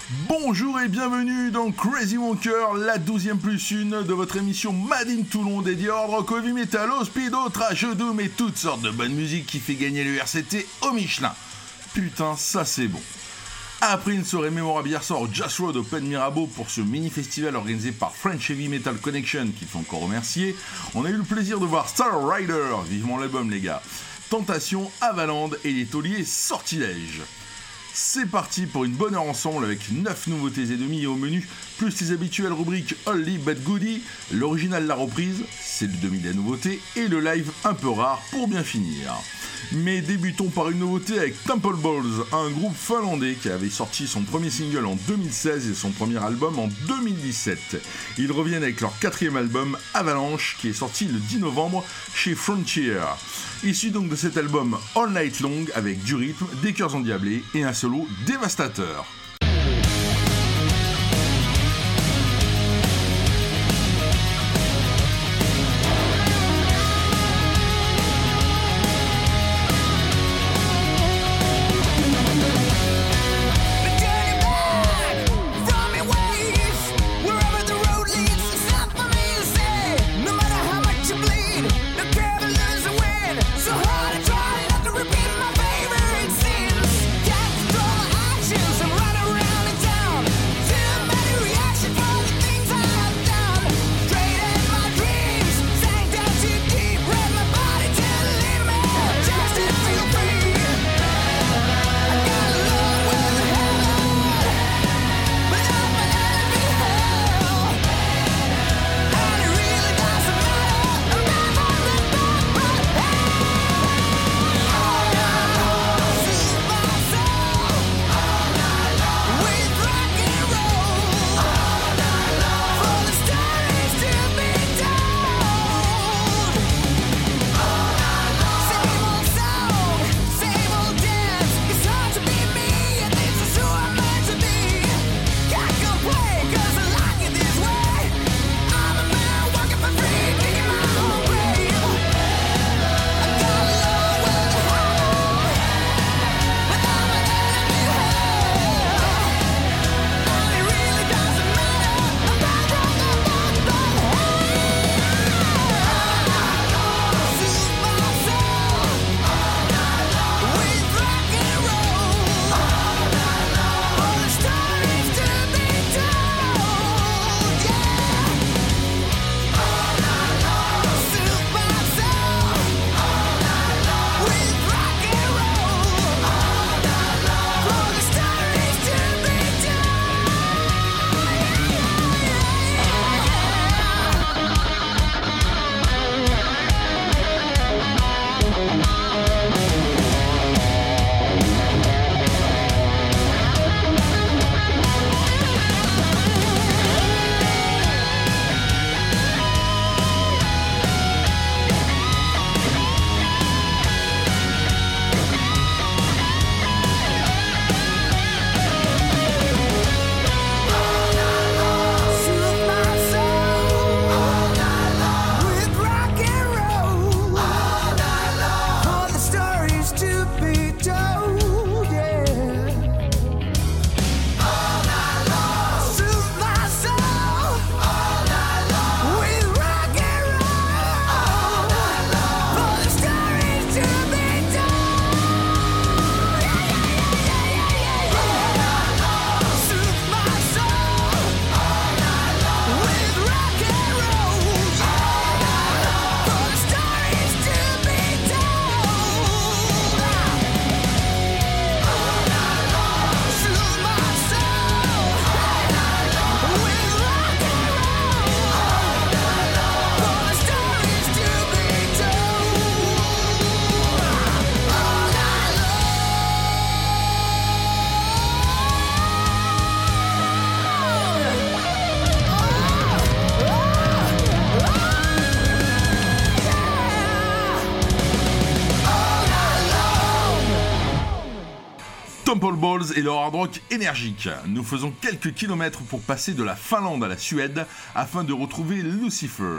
Bonjour et bienvenue dans Crazy Wonker, la 12e plus une de votre émission Made in Toulon dédiée au rock, au heavy metal, au speed, au trash, au doom et toutes sortes de bonne musique qui fait gagner le RCT au Michelin. Putain, ça c'est bon. Après une soirée mémorable hier soir au Just Road au Pen Mirabeau pour ce mini-festival organisé par French Heavy Metal Connection, qu'il faut encore remercier, on a eu le plaisir de voir Star Rider, vivement l'album les gars, Tentation, Avalande et les tauliers Sortilège. C'est parti pour une bonne heure ensemble avec 9 nouveautés et demie au menu, plus les habituelles rubriques Only But Goodie, l'original la reprise, c'est le demi de la nouveauté, et le live un peu rare pour bien finir. Mais débutons par une nouveauté avec Temple Balls, un groupe finlandais qui avait sorti son premier single en 2016 et son premier album en 2017. Ils reviennent avec leur 4e album, Avalanche, qui est sorti le 10 novembre chez Frontier. Issu donc de cet album All Night Long avec du rythme, des chœurs endiablés et un solo dévastateur. Temple Balls et leur hard rock énergique. Nous faisons quelques kilomètres pour passer de la Finlande à la Suède afin de retrouver Lucifer.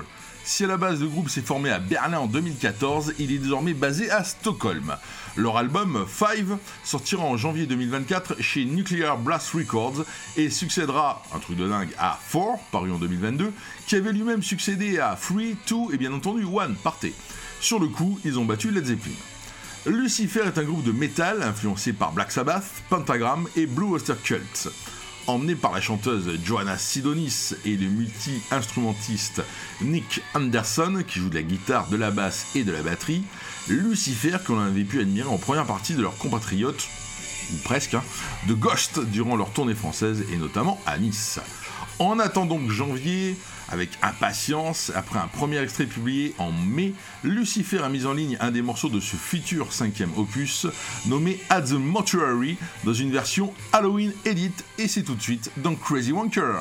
Si à la base le groupe s'est formé à Berlin en 2014, il est désormais basé à Stockholm. Leur album Five sortira en janvier 2024 chez Nuclear Blast Records et succédera, un truc de dingue, à 4, paru en 2022, qui avait lui-même succédé à 3, 2 et bien entendu 1, partez. Sur le coup, ils ont battu Led Zeppelin. Lucifer est un groupe de métal influencé par Black Sabbath, Pentagram et Blue Oyster Cult. Emmené par la chanteuse Johanna Sidonis et le multi-instrumentiste Nick Anderson, qui joue de la guitare, de la basse et de la batterie, Lucifer, qu'on avait pu admirer en première partie de leurs compatriotes, ou presque, de Ghost durant leur tournée française et notamment à Nice. On attend donc janvier avec impatience. Après un premier extrait publié en mai, Lucifer a mis en ligne un des morceaux de ce futur 5e opus nommé At the Mortuary dans une version Halloween Edit et c'est tout de suite dans Crazy Wanker.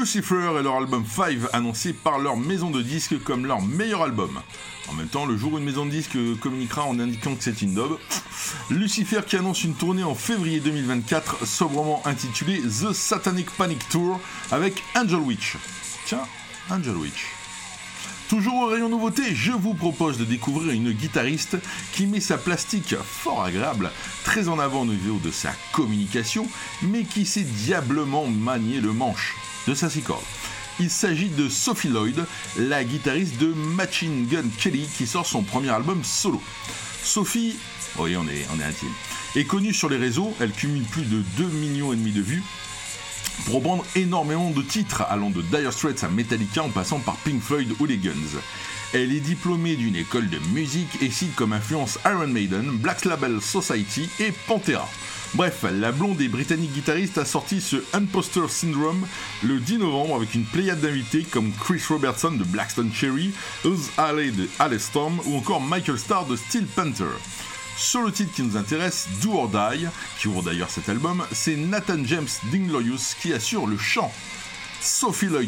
Lucifer et leur album 5 annoncé par leur maison de disques comme leur meilleur album. En même temps, le jour où une maison de disques communiquera en indiquant que c'est une daube, Lucifer qui annonce une tournée en février 2024 sobrement intitulée The Satanic Panic Tour avec Angel Witch. Tiens, Angel Witch. Toujours au rayon nouveauté, je vous propose de découvrir une guitariste qui met sa plastique fort agréable, très en avant au niveau de sa communication, mais qui sait diablement manier le manche de sa six cordes. Il s'agit de Sophie Lloyd, la guitariste de Machine Gun Kelly qui sort son premier album solo. Sophie, oui on est intime, est connue sur les réseaux, elle cumule plus de 2,5 millions de vues, pour reprendre énormément de titres allant de Dire Straits à Metallica en passant par Pink Floyd ou les Guns. Elle est diplômée d'une école de musique et cite comme influence Iron Maiden, Black Label Society et Pantera. Bref, la blonde et britannique guitariste a sorti ce Imposter Syndrome le 10 novembre avec une pléiade d'invités comme Chris Robertson de Blackstone Cherry, Uz Alley de Alestorm ou encore Michael Starr de Steel Panther. Sur le titre qui nous intéresse, Do or Die, qui ouvre d'ailleurs cet album, c'est Nathan James Dinglorious qui assure le chant. Sophie Lloyd.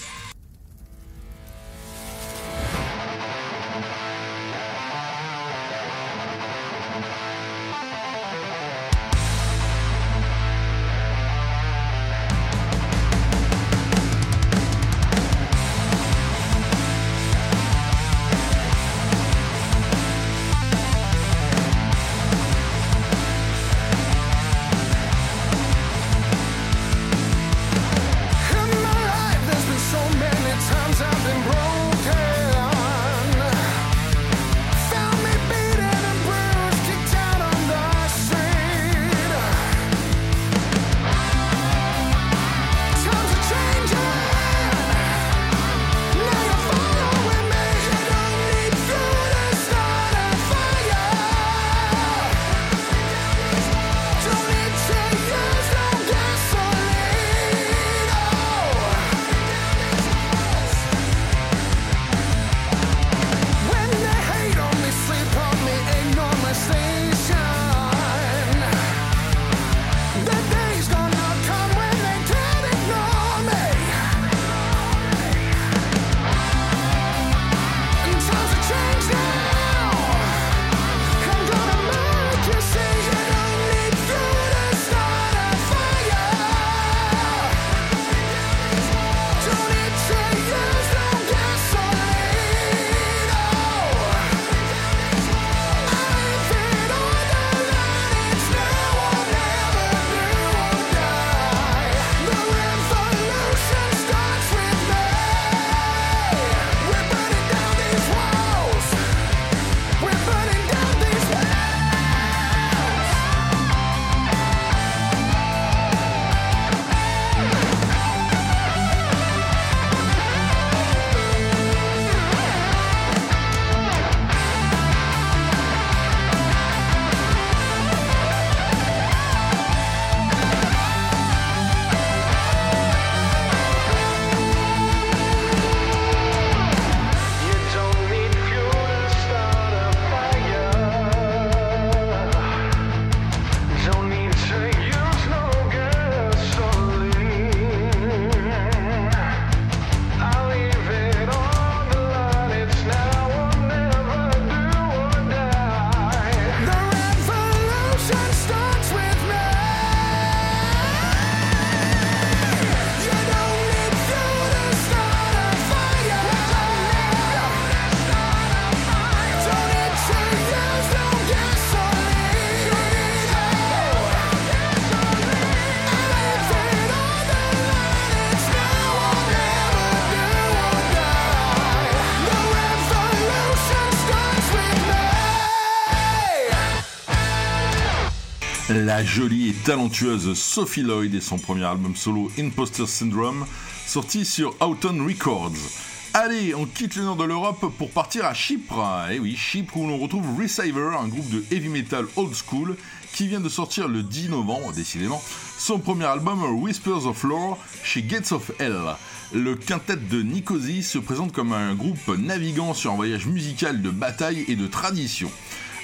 La jolie et talentueuse Sophie Lloyd et son premier album solo Imposter Syndrome, sorti sur Autumn Records. Allez, on quitte le nord de l'Europe pour partir à Chypre. Et oui, Chypre où l'on retrouve Receiver, un groupe de heavy metal old school qui vient de sortir le 10 novembre, décidément, son premier album Whispers of Lore chez Gates of Hell. Le quintet de Nicosie se présente comme un groupe naviguant sur un voyage musical de bataille et de tradition.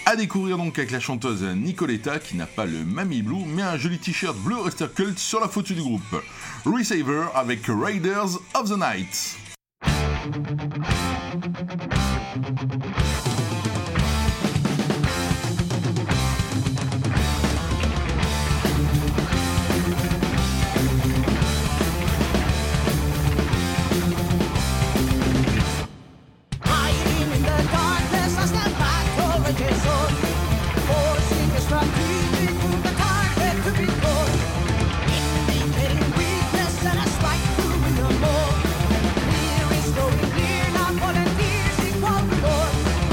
À découvrir donc avec la chanteuse Nicoletta qui n'a pas le Mamie Blue mais un joli t-shirt bleu Oyster Cult sur la photo du groupe. Receiver avec Raiders of the Night. Volunteers equal reward.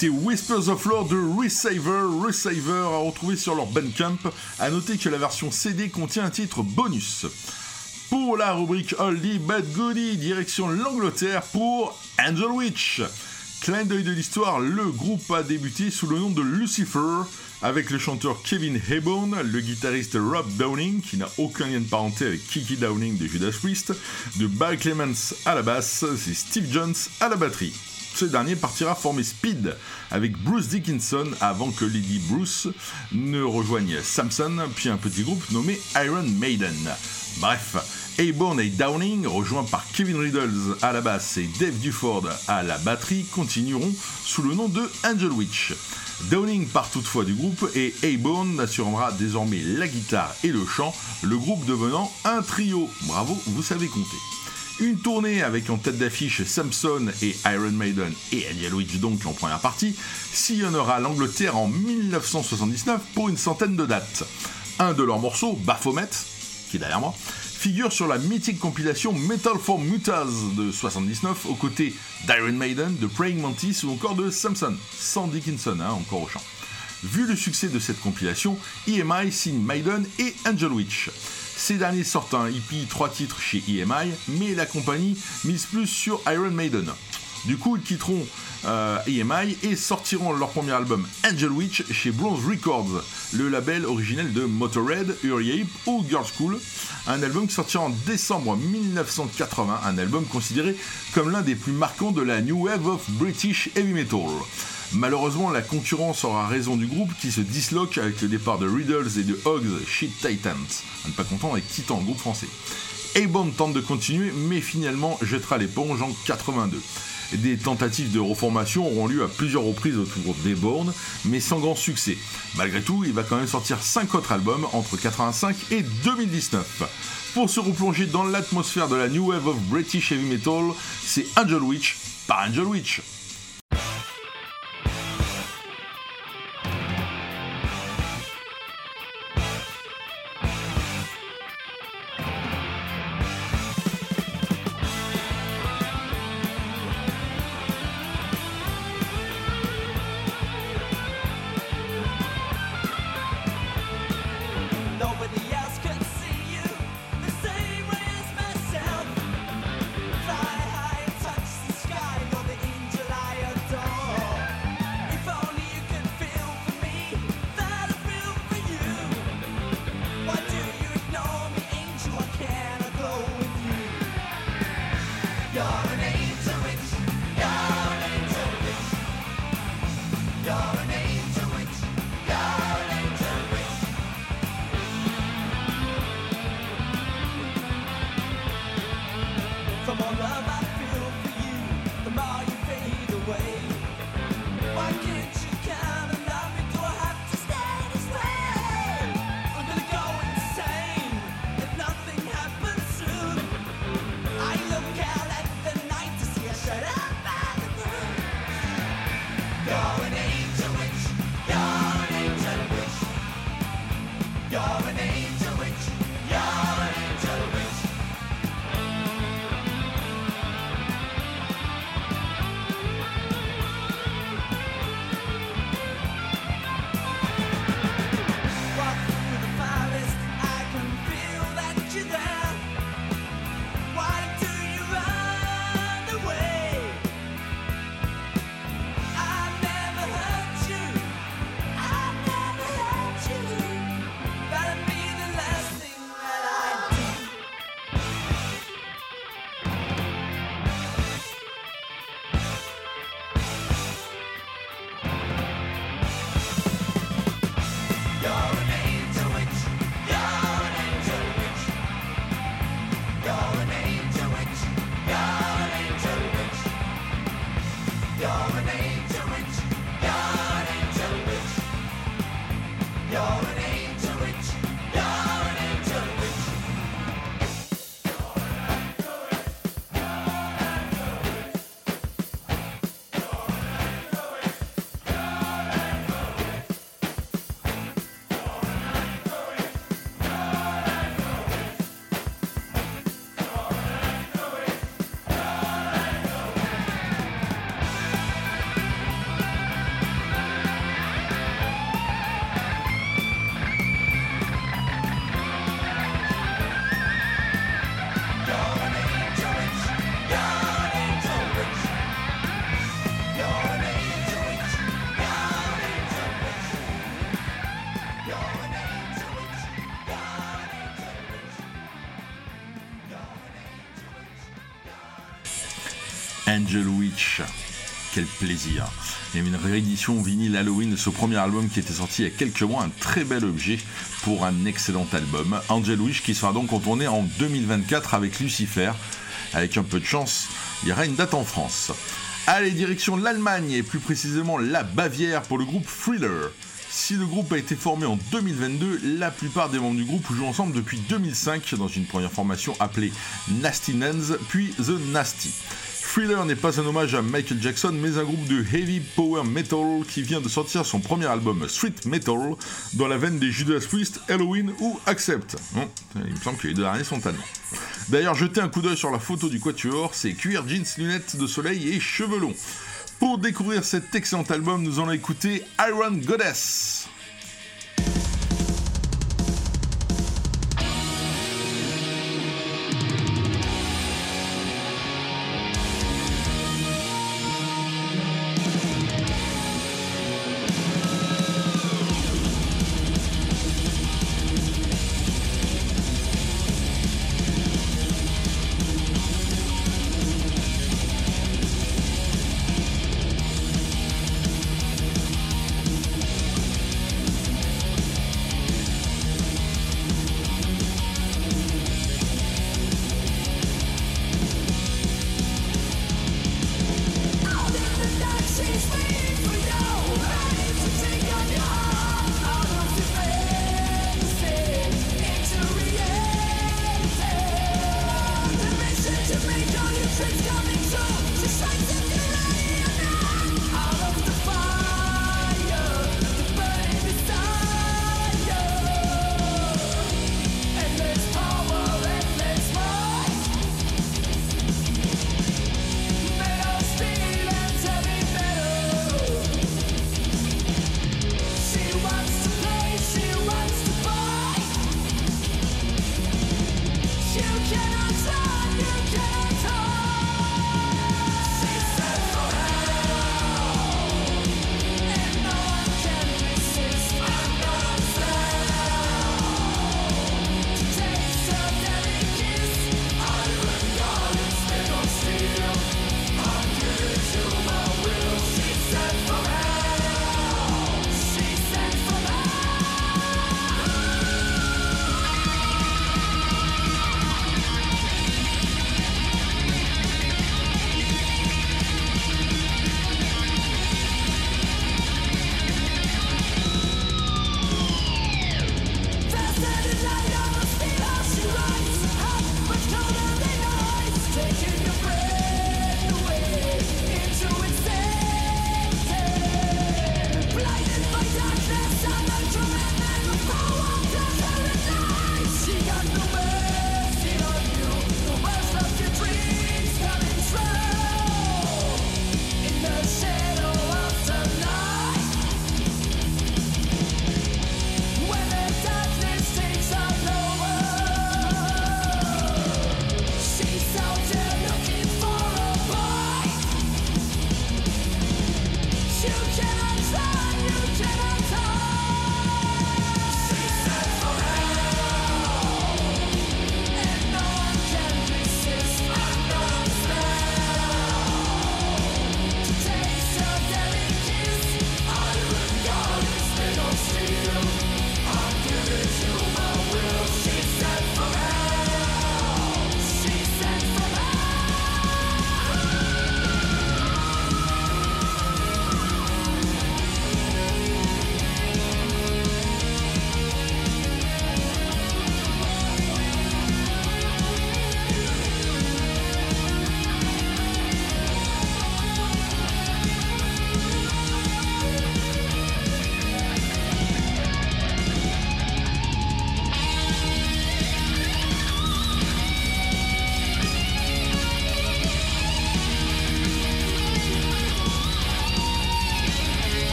C'était Whispers of Lore de Resaver à retrouver sur leur Bandcamp. A noter que la version CD contient un titre bonus. Pour la rubrique Oldie But Goodie, direction l'Angleterre pour Angel Witch. Clin d'œil de l'histoire, le groupe a débuté sous le nom de Lucifer, avec le chanteur Kevin Hayborn, le guitariste Rob Downing, qui n'a aucun lien de parenté avec Kiki Downing de Judas Priest, de Barry Clements à la basse, c'est Steve Jones à la batterie. Ce dernier partira former Speed avec Bruce Dickinson avant que Lady Bruce ne rejoigne Samson, puis un petit groupe nommé Iron Maiden. Bref, Hayborn et Downing, rejoints par Kevin Riddles à la basse et Dave Duford à la batterie, continueront sous le nom de Angel Witch. Downing part toutefois du groupe et Hayborn assurera désormais la guitare et le chant, le groupe devenant un trio. Bravo, vous savez compter. Une tournée avec en tête d'affiche Samson et Iron Maiden et Angel Witch donc en première partie, sillonnera l'Angleterre en 1979 pour une centaine de dates. Un de leurs morceaux, Baphomet, qui est derrière moi, figure sur la mythique compilation Metal for Mutas de 79 aux côtés d'Iron Maiden, de Praying Mantis ou encore de Samson, sans Dickinson, encore au chant. Vu le succès de cette compilation, EMI signe Maiden et Angel Witch. Ces derniers sortent un EP 3 titres chez EMI, mais la compagnie mise plus sur Iron Maiden. Du coup, ils quitteront EMI et sortiront leur premier album Angel Witch chez Bronze Records, le label originel de Motorhead, Uriah Heep ou Girls' School. Un album qui sortira en décembre 1980, un album considéré comme l'un des plus marquants de la New Wave of British Heavy Metal. Malheureusement, la concurrence aura raison du groupe qui se disloque avec le départ de Riddles et de Hogs chez Titans. On n'est pas content et quittant le groupe français. Hayborn tente de continuer, mais finalement jettera l'éponge en 82. Des tentatives de reformation auront lieu à plusieurs reprises autour d'Hayborn, mais sans grand succès. Malgré tout, il va quand même sortir 5 autres albums entre 85 et 2019. Pour se replonger dans l'atmosphère de la New Wave of British Heavy Metal, c'est Angel Witch par Angel Witch. Fly high, touch the sky, you're the angel I Angel Witch. Quel plaisir. Il y avait une réédition vinyle Halloween de ce premier album qui était sorti il y a quelques mois, un très bel objet pour un excellent album. Angel Witch qui sera donc en tournée en 2024 avec Lucifer. Avec un peu de chance, il y aura une date en France. Allez, direction l'Allemagne et plus précisément la Bavière pour le groupe Thriller. Si le groupe a été formé en 2022, la plupart des membres du groupe jouent ensemble depuis 2005 dans une première formation appelée Nasty Nuns, puis The Nasty. Thriller n'est pas un hommage à Michael Jackson, mais un groupe de heavy power metal qui vient de sortir son premier album Street Metal dans la veine des Judas Priest, Halloween ou Accept. Il me semble que les deux derniers sont allemands. D'ailleurs, jetez un coup d'œil sur la photo du quatuor, c'est cuir, jeans, lunettes de soleil et cheveux longs. Pour découvrir cet excellent album, nous allons écouter Iron Goddess.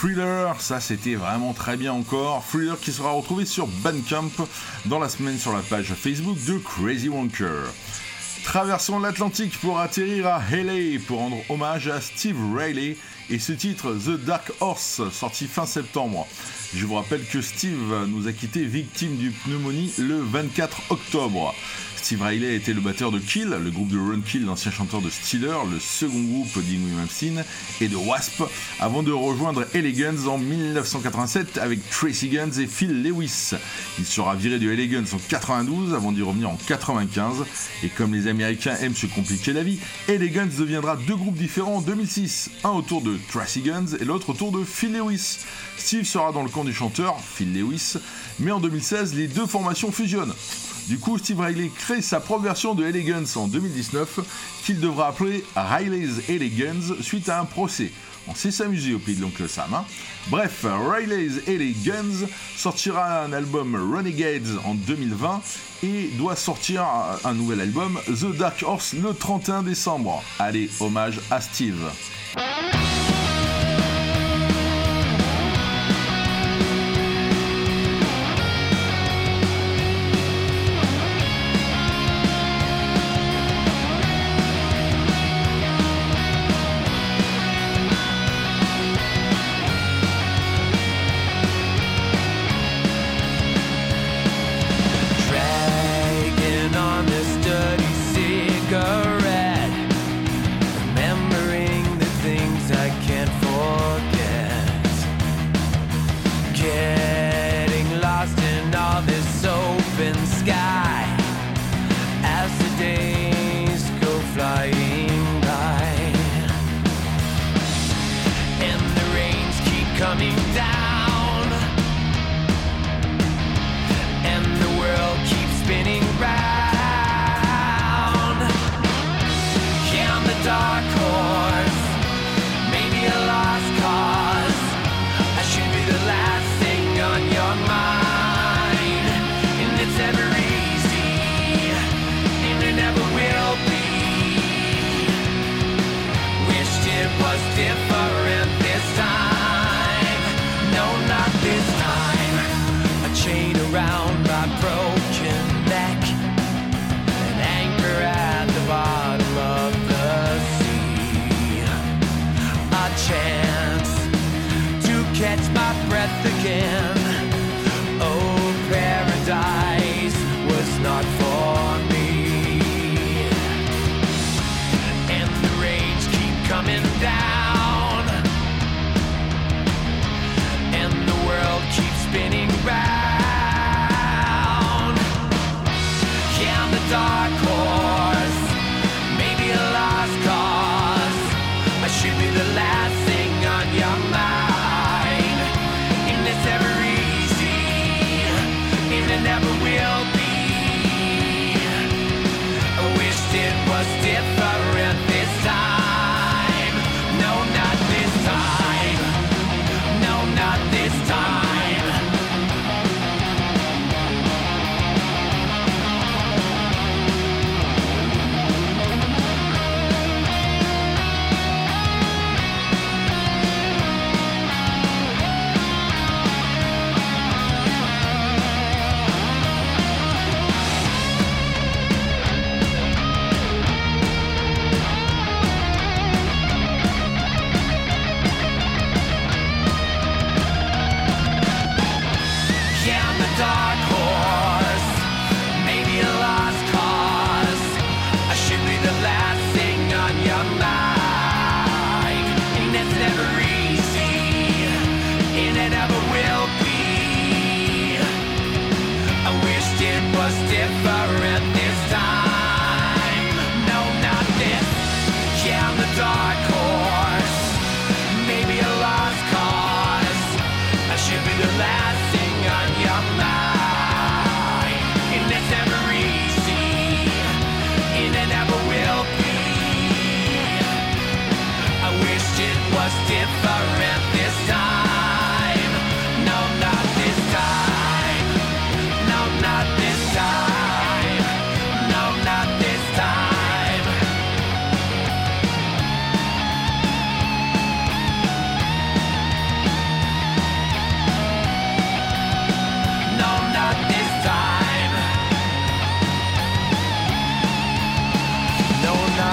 Thriller, ça c'était vraiment très bien encore. Thriller qui sera retrouvé sur Bandcamp dans la semaine sur la page Facebook de Crazy Wonker. Traversons l'Atlantique pour atterrir à LA pour rendre hommage à Steve Riley et ce titre The Dark Horse sorti fin septembre. Je vous rappelle que Steve nous a quitté victime d'une pneumonie le 24 octobre. Steve Riley était le batteur de Kill, le groupe de Ron Kill, l'ancien chanteur de Steeler, le second groupe d'Ingrid Malmsteen et de Wasp, avant de rejoindre LA Guns en 1987 avec Tracy Guns et Phil Lewis. Il sera viré de LA Guns en 92 avant d'y revenir en 95, et comme les Américains aiment se compliquer la vie, LA Guns deviendra deux groupes différents en 2006, un autour de Tracy Guns et l'autre autour de Phil Lewis. Steve sera dans le camp du chanteur, Phil Lewis, mais en 2016, les deux formations fusionnent. Du coup, Steve Riley crée sa propre version de LA Guns en 2019, qu'il devra appeler Riley's LA Guns suite à un procès. On sait s'amuser au pays de l'oncle Sam, hein. Bref, Riley's LA Guns sortira un album Renegades en 2020 et doit sortir un nouvel album The Dark Horse le 31 décembre. Allez, hommage à Steve. An anchor at the bottom of the sea.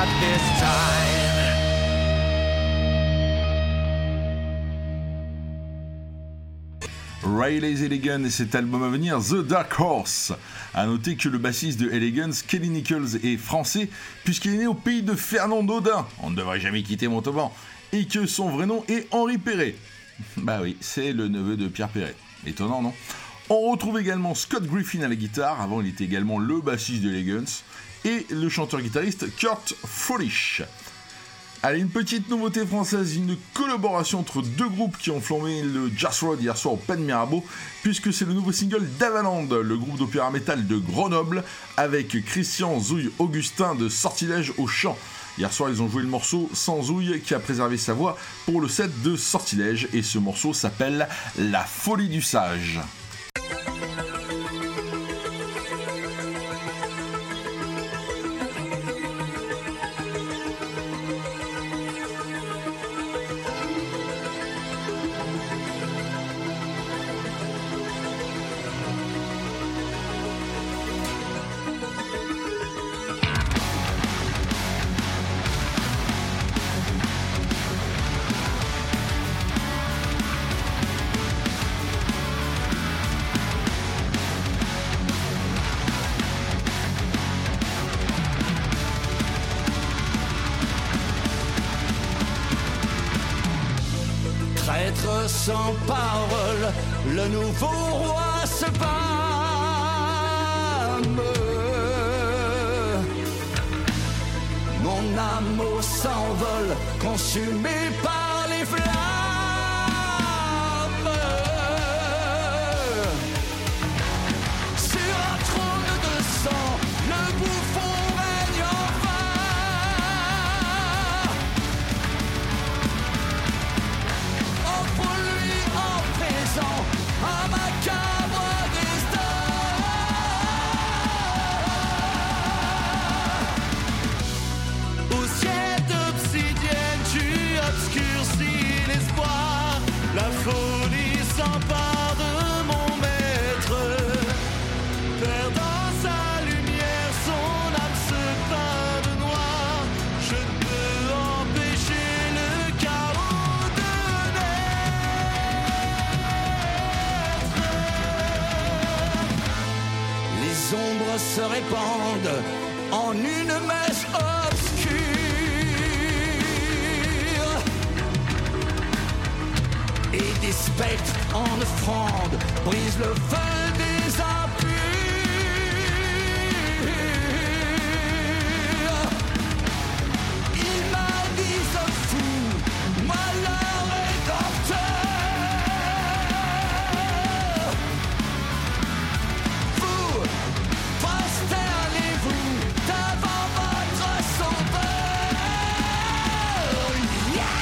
not this time. Riley's Elegance et cet album à venir, The Dark Horse. A noter que le bassiste de Elegance, Kelly Nichols, est français, puisqu'il est né au pays de Fernand Daudin, on ne devrait jamais quitter Montauban, et que son vrai nom est Henri Perret. Bah oui, c'est le neveu de Pierre Perret. Étonnant, non ? On retrouve également Scott Griffin à la guitare, avant il était également le bassiste d'Elegance, et le chanteur-guitariste Kurt Folisch. Allez, une petite nouveauté française, une collaboration entre deux groupes qui ont flambé le Jazz Road hier soir au Pen Mirabeau, puisque c'est le nouveau single d'Avaland, le groupe d'opéra métal de Grenoble, avec Christian Zouille Augustin de Sortilège au chant. Hier soir, ils ont joué le morceau Sans Zouille qui a préservé sa voix pour le set de Sortilège, et ce morceau s'appelle La Folie du Sage. Traître sans parole, le nouveau roi se pâme. Mon amour s'envole, consumé par les flammes. Sur un trône de sang, le bouffon règne enfin. Offre-lui en présent un macabre destin. Au ciel d'obsidienne, tu obscurcis l'espoir. La folie s'empare de mon maître. Perdant sa lumière, son âme se peint de noir. Je ne peux empêcher le chaos de naître. Les ombres se répandent en une mèche obscure. Et des spectres en offrande brisent le feu des impurs. Ils m'avisent fou, moi leur rédempteur. Vous, prosternez-vous devant votre sauveur. Yeah!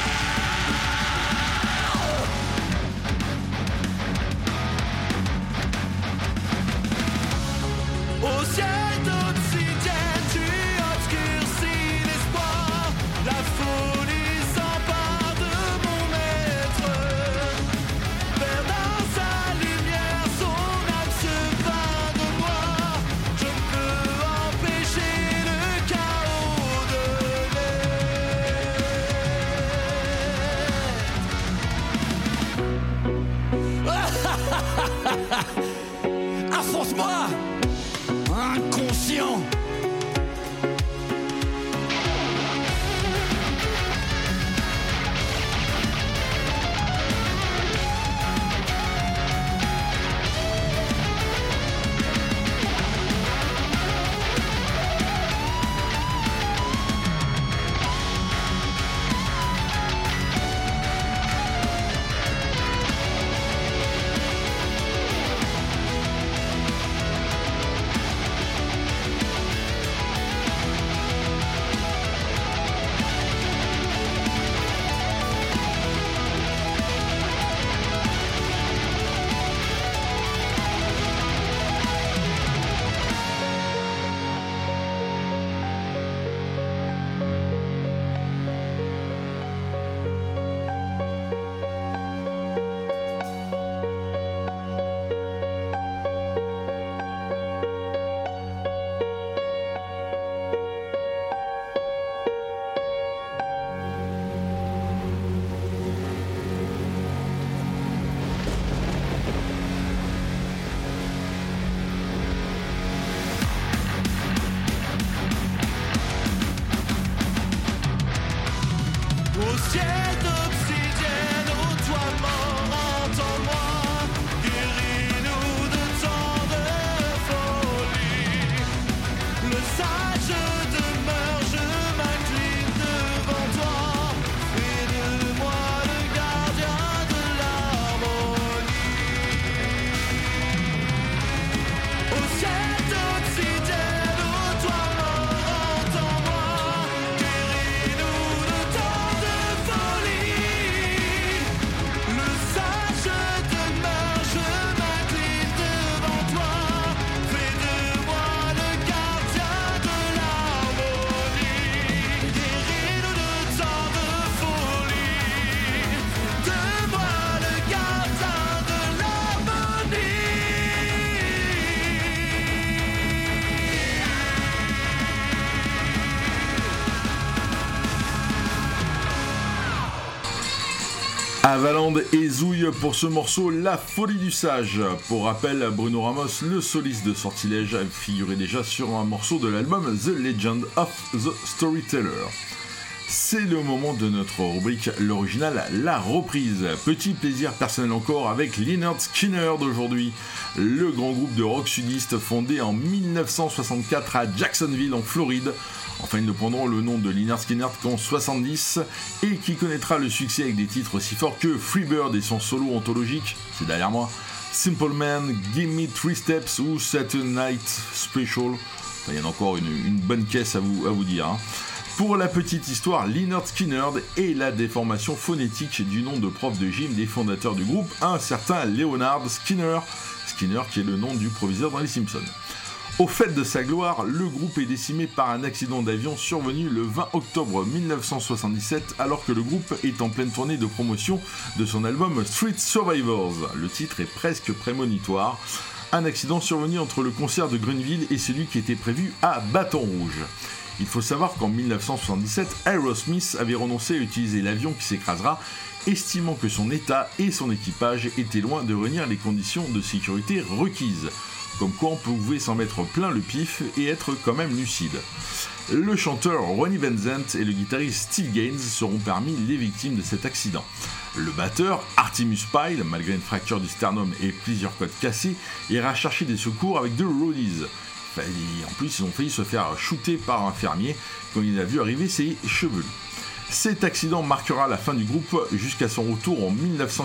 Avaland et Zouille pour ce morceau La Folie du Sage. Pour rappel, Bruno Ramos, le soliste de Sortilège, figurait déjà sur un morceau de l'album The Legend of the Storyteller. C'est le moment de notre rubrique L'original, la reprise. Petit plaisir personnel encore avec Lynyrd Skynyrd d'aujourd'hui, le grand groupe de rock sudiste fondé en 1964 à Jacksonville en Floride. Enfin, ils ne prendront le nom de Lynyrd Skynyrd qu'en 70 et qui connaîtra le succès avec des titres aussi forts que Freebird et son solo anthologique, c'est derrière moi, Simple Man, Give Me Three Steps ou Saturday Night Special. Enfin, il y en a encore une bonne caisse à vous dire. Pour la petite histoire, Lynyrd Skynyrd est la déformation phonétique du nom de prof de gym des fondateurs du groupe, un certain Leonard Skinner, Skinner qui est le nom du proviseur dans Les Simpsons. Au fait de sa gloire, le groupe est décimé par un accident d'avion survenu le 20 octobre 1977 alors que le groupe est en pleine tournée de promotion de son album Street Survivors. Le titre est presque prémonitoire. Un accident survenu entre le concert de Greenville et celui qui était prévu à Baton Rouge. Il faut savoir qu'en 1977, Aerosmith avait renoncé à utiliser l'avion qui s'écrasera, estimant que son état et son équipage étaient loin de réunir les conditions de sécurité requises. Comme quoi on pouvait s'en mettre plein le pif et être quand même lucide. Le chanteur Ronnie Van Zant et le guitariste Steve Gaines seront parmi les victimes de cet accident. Le batteur, Artemus Pyle, malgré une fracture du sternum et plusieurs côtes cassées, ira chercher des secours avec deux roadies. En plus, ils ont failli se faire shooter par un fermier quand il a vu arriver ses chevelus. Cet accident marquera la fin du groupe jusqu'à son retour en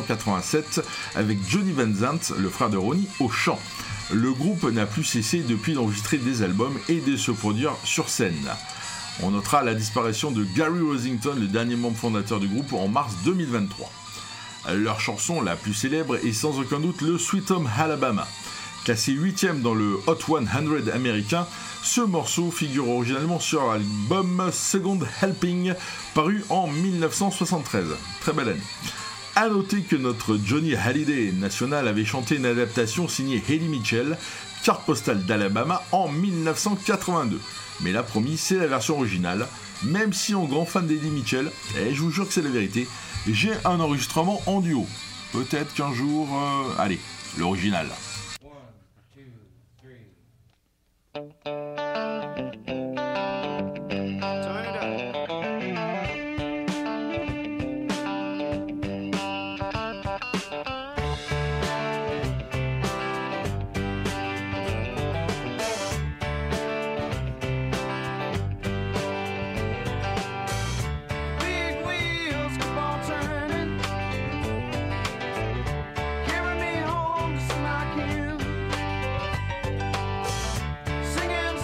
1987 avec Johnny Van Zant, le frère de Ronnie, au chant. Le groupe n'a plus cessé depuis d'enregistrer des albums et de se produire sur scène. On notera la disparition de Gary Rossington, le dernier membre fondateur du groupe, en mars 2023. Leur chanson la plus célèbre est sans aucun doute le Sweet Home Alabama. Classé 8ème dans le Hot 100 américain, ce morceau figure originalement sur l'album Second Helping, paru en 1973. Très belle année. A noter que notre Johnny Hallyday national avait chanté une adaptation signée Eddie Mitchell, Carte postale d'Alabama, en 1982. Mais là, promis, c'est la version originale. Même si en grand fan d'Eddie Mitchell, et je vous jure que c'est la vérité, j'ai un enregistrement en duo. Peut-être qu'un jour... allez, l'original. Singing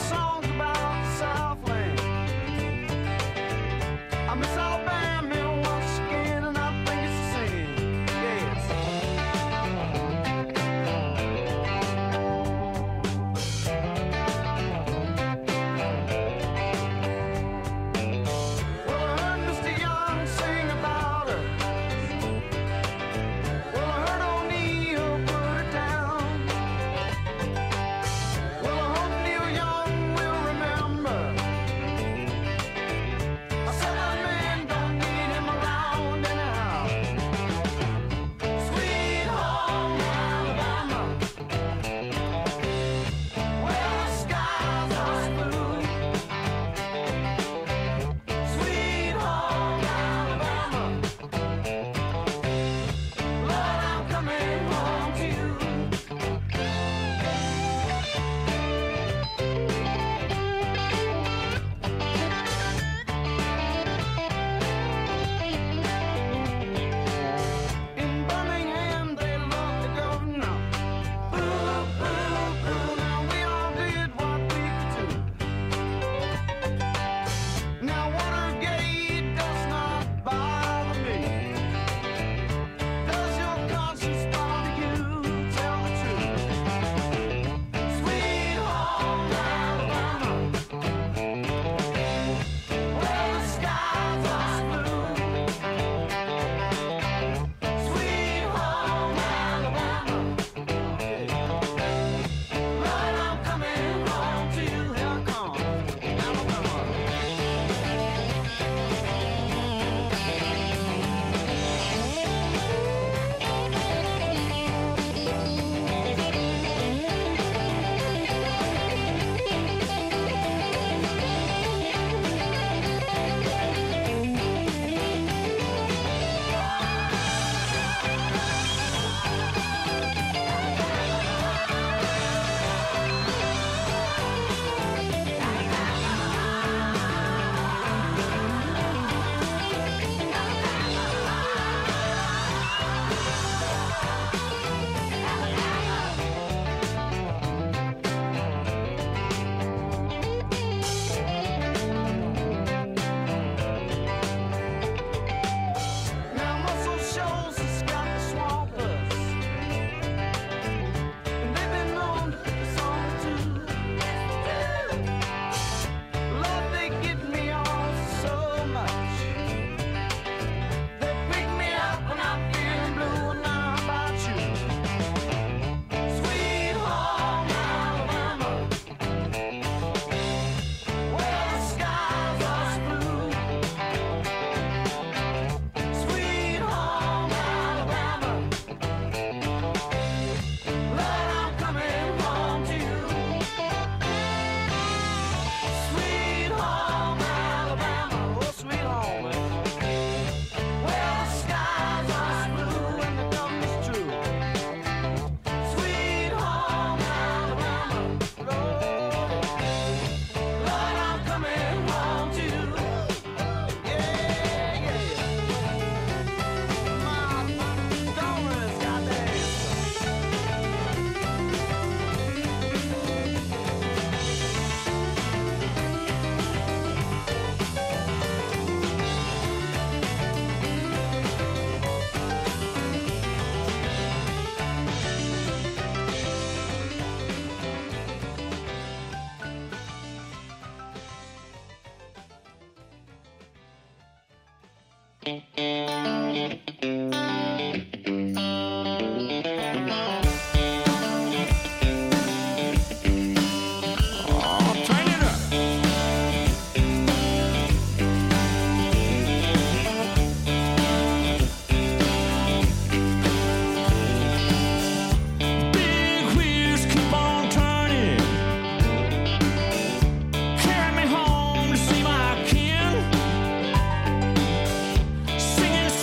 Carry me home to see my kin. Singing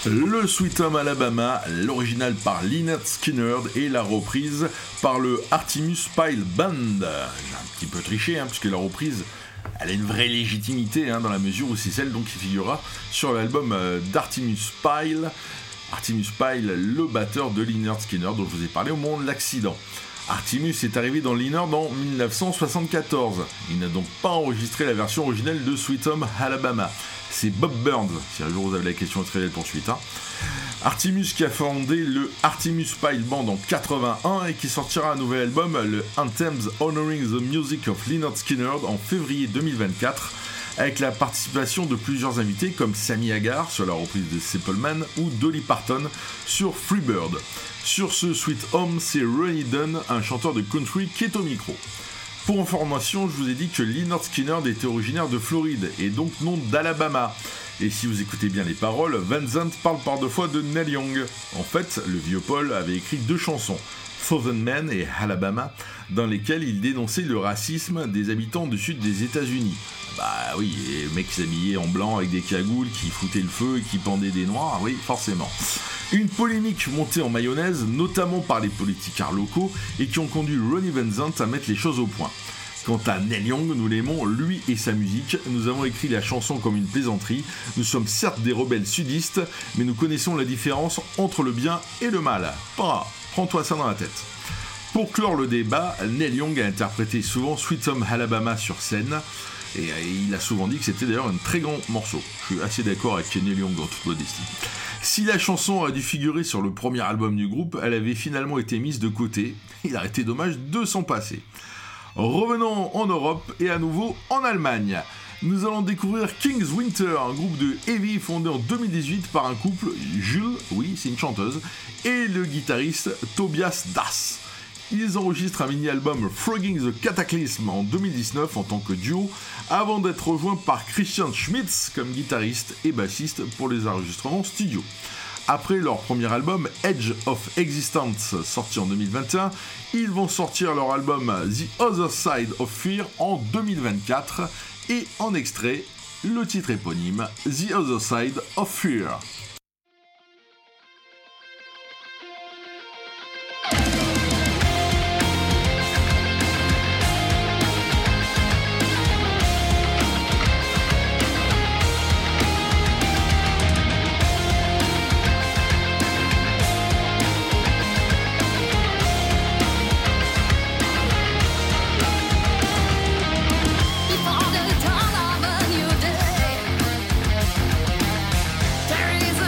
Le Sweet Home Alabama, l'original par Lynyrd Skynyrd et la reprise par le Artemus Pyle Band. J'ai un petit peu triché, puisque la reprise, elle a une vraie légitimité, dans la mesure où c'est celle donc qui figurera sur l'album d'Artemus Pyle. Artemus Pyle, le batteur de Lynyrd Skynyrd, dont je vous ai parlé au moment de l'accident. Artemus est arrivé dans Lynyrd en 1974. Il n'a donc pas enregistré la version originale de Sweet Home Alabama. C'est Bob Burns, si un jour vous avez la question très poursuite. Artemus qui a fondé le Artemus Pyle Band en 81 et qui sortira un nouvel album, le Anthems Honoring the Music of Lynyrd Skynyrd, en février 2024, avec la participation de plusieurs invités comme Sammy Hagar sur la reprise de Simple Man ou Dolly Parton sur Freebird. Sur ce Sweet Home, c'est Ronnie Dunn, un chanteur de country qui est au micro. Pour information, je vous ai dit que Lynyrd Skynyrd était originaire de Floride et donc non d'Alabama. Et si vous écoutez bien les paroles, Van Zandt parle par deux fois de Neil Young. En fait, le vieux Paul avait écrit 2 chansons, Southern Man et Alabama, dans lesquelles il dénonçait le racisme des habitants du sud des États-Unis. Bah oui, les mecs s'habillaient en blanc avec des cagoules, qui foutaient le feu et qui pendaient des noirs, oui, forcément. Une polémique montée en mayonnaise, notamment par les politiciens locaux, et qui ont conduit Ronnie Van Zandt à mettre les choses au point. Quant à Neil Young, nous l'aimons, lui et sa musique. Nous avons écrit la chanson comme une plaisanterie. Nous sommes certes des rebelles sudistes, mais nous connaissons la différence entre le bien et le mal. Prends-toi ça dans la tête. Pour clore le débat, Neil Young a interprété souvent Sweet Home Alabama sur scène, et il a souvent dit que c'était d'ailleurs un très grand morceau. Je suis assez d'accord avec Neil Young dans toute modestie. Si la chanson a dû figurer sur le premier album du groupe, elle avait finalement été mise de côté. Il aurait été dommage de s'en passer. Revenons en Europe et à nouveau en Allemagne. Nous allons découvrir King's Winter, un groupe de heavy fondé en 2018 par un couple, Jules, oui c'est une chanteuse, et le guitariste Tobias Das. Ils enregistrent un mini-album Frogging the Cataclysm en 2019 en tant que duo, avant d'être rejoints par Christian Schmitz comme guitariste et bassiste pour les enregistrements studio. Après leur premier album, Edge of Existence, sorti en 2021, ils vont sortir leur album The Other Side of Fear en 2024, et en extrait, le titre éponyme, The Other Side of Fear. Before the dawn of a new day, there is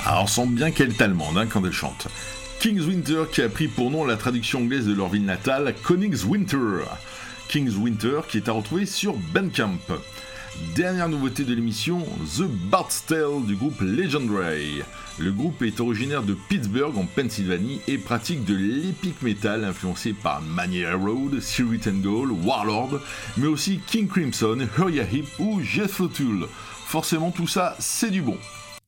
Ah, on sent bien qu'elle est allemande quand elle chante. King's Winter qui a pris pour nom la traduction anglaise de leur ville natale, King's Winter. King's Winter qui est à retrouver sur Bandcamp. Dernière nouveauté de l'émission, The Bard's Tale du groupe Legendary. Le groupe est originaire de Pittsburgh en Pennsylvanie et pratique de l'epic metal influencé par Mania Road, Siri Tangle, Warlord, mais aussi King Crimson, Uriah Heep ou Jethro Tull. Forcément tout ça, c'est du bon.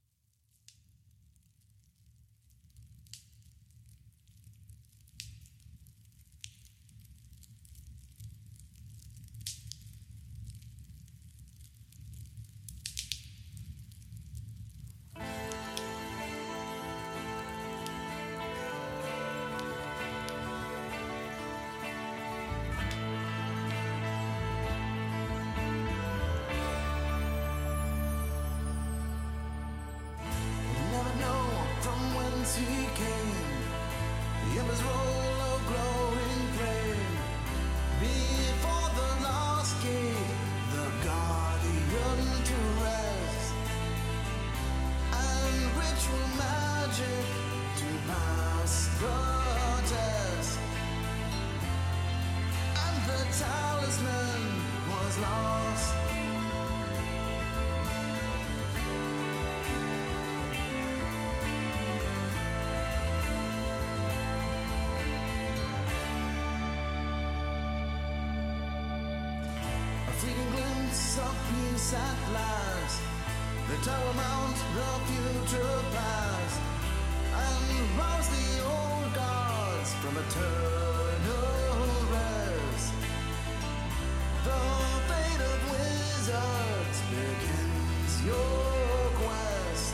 Fleeting glimpse of peace at last, the tower mount, the future past, and rouse the old gods from eternal rest. The fate of wizards begins your quest,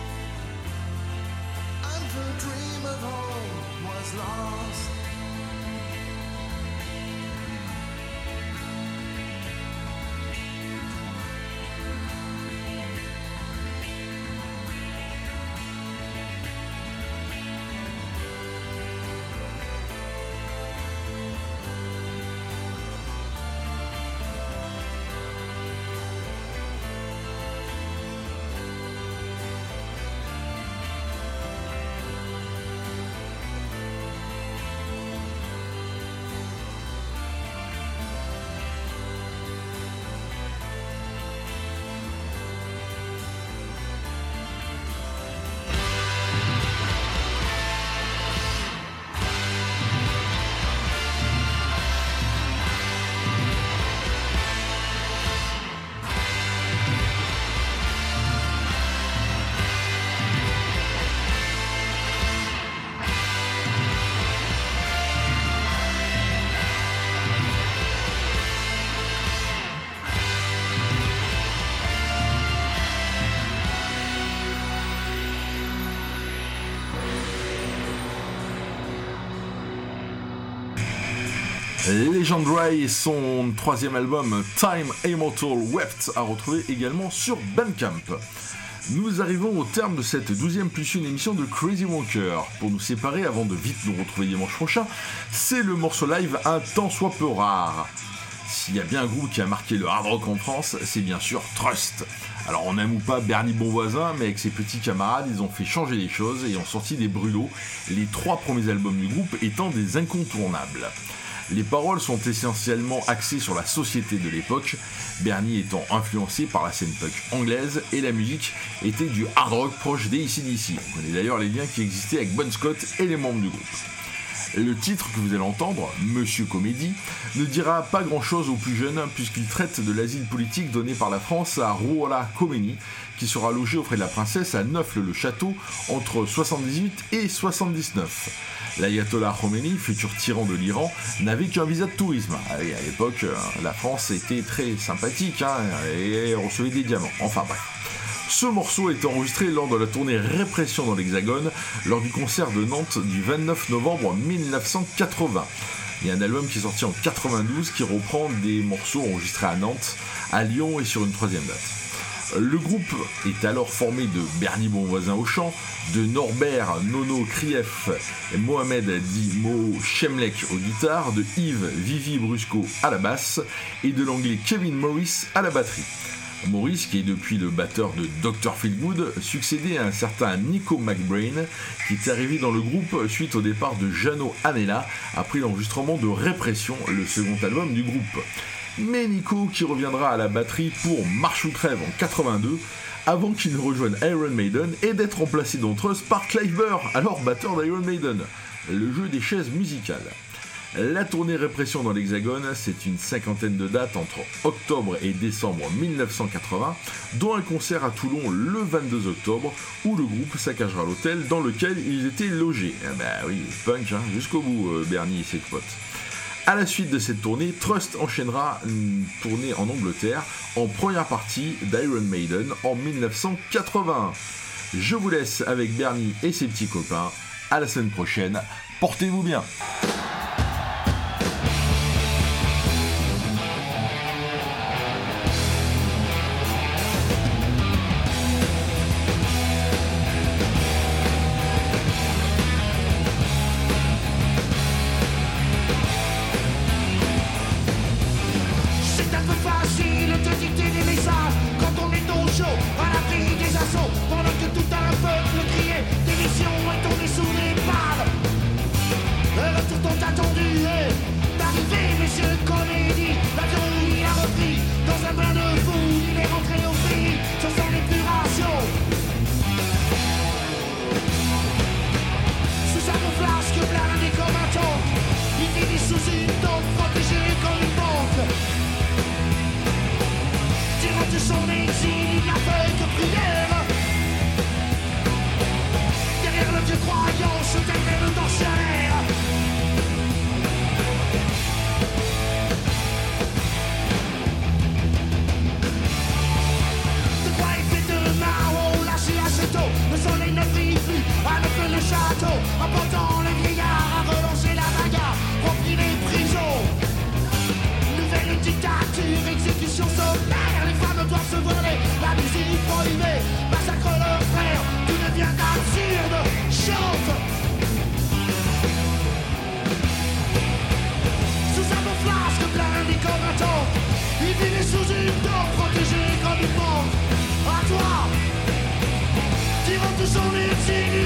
and the dream of home was lost. Legendary et son troisième album Time Immortal Wept à retrouver également sur Bandcamp. Nous arrivons au terme de cette 12e plus une émission de Crazy Wonker. Pour nous séparer avant de vite nous retrouver dimanche prochain, c'est le morceau live un tant soit peu rare. S'il y a bien un groupe qui a marqué le hard rock en France, c'est bien sûr Trust. Alors on n'aime ou pas Bernie Bonvoisin, mais avec ses petits camarades, ils ont fait changer les choses et ont sorti des brûlots, les 3 premiers albums du groupe étant des incontournables. Les paroles sont essentiellement axées sur la société de l'époque, Bernie étant influencé par la scène punk anglaise et la musique était du hard rock proche des AC/DC. On connaît d'ailleurs les liens qui existaient avec Bon Scott et les membres du groupe. Le titre que vous allez entendre, Monsieur Comédie, ne dira pas grand chose aux plus jeunes puisqu'il traite de l'asile politique donné par la France à Rouhollah Khomeini qui sera logé auprès de la princesse à Neauphle-le-Château entre 78 et 79. L'ayatollah Khomeini, futur tyran de l'Iran, n'avait qu'un visa de tourisme. À l'époque, la France était très sympathique et recevait des diamants. Enfin bref. Ce morceau est enregistré lors de la tournée Répression dans l'Hexagone, lors du concert de Nantes du 29 novembre 1980. Il y a un album qui est sorti en 92 qui reprend des morceaux enregistrés à Nantes, à Lyon et sur une 3e date. Le groupe est alors formé de Bernie Bonvoisin au chant, de Norbert Nono Krief et Mohamed dit Mo Chemlek aux guitares, de Yves Vivi Brusco à la basse et de l'anglais Kevin Morris à la batterie. Maurice, qui est depuis le batteur de Dr. Feelgood, succédait à un certain Nico McBrain, qui est arrivé dans le groupe suite au départ de Jano Anella, après l'enregistrement de Répression, le second album du groupe. Mais Nico qui reviendra à la batterie pour Marche ou Crève en 82, avant qu'il ne rejoigne Iron Maiden et d'être remplacé d'entre eux par Clive Burr, alors batteur d'Iron Maiden. Le jeu des chaises musicales. La tournée Répression dans l'Hexagone, c'est une cinquantaine de dates entre octobre et décembre 1980, dont un concert à Toulon le 22 octobre, où le groupe saccagera l'hôtel dans lequel ils étaient logés. Ah bah oui, punk, hein, jusqu'au bout, Bernie et ses potes. À la suite de cette tournée, Trust enchaînera une tournée en Angleterre en première partie d'Iron Maiden en 1981. Je vous laisse avec Bernie et ses petits copains. À la semaine prochaine. Portez-vous bien. Emportant les vieillards à relancer la bagarre, remplir les prisons. Nouvelle dictature, exécution sommaire. Les femmes doivent se voiler, la musique prohibée massacre leurs frères, tout devient absurde. Chante sous un beau flasque blindé comme un tank. Il vivait sous une dent, protégé comme une banque. À toi, tirant tout son exil.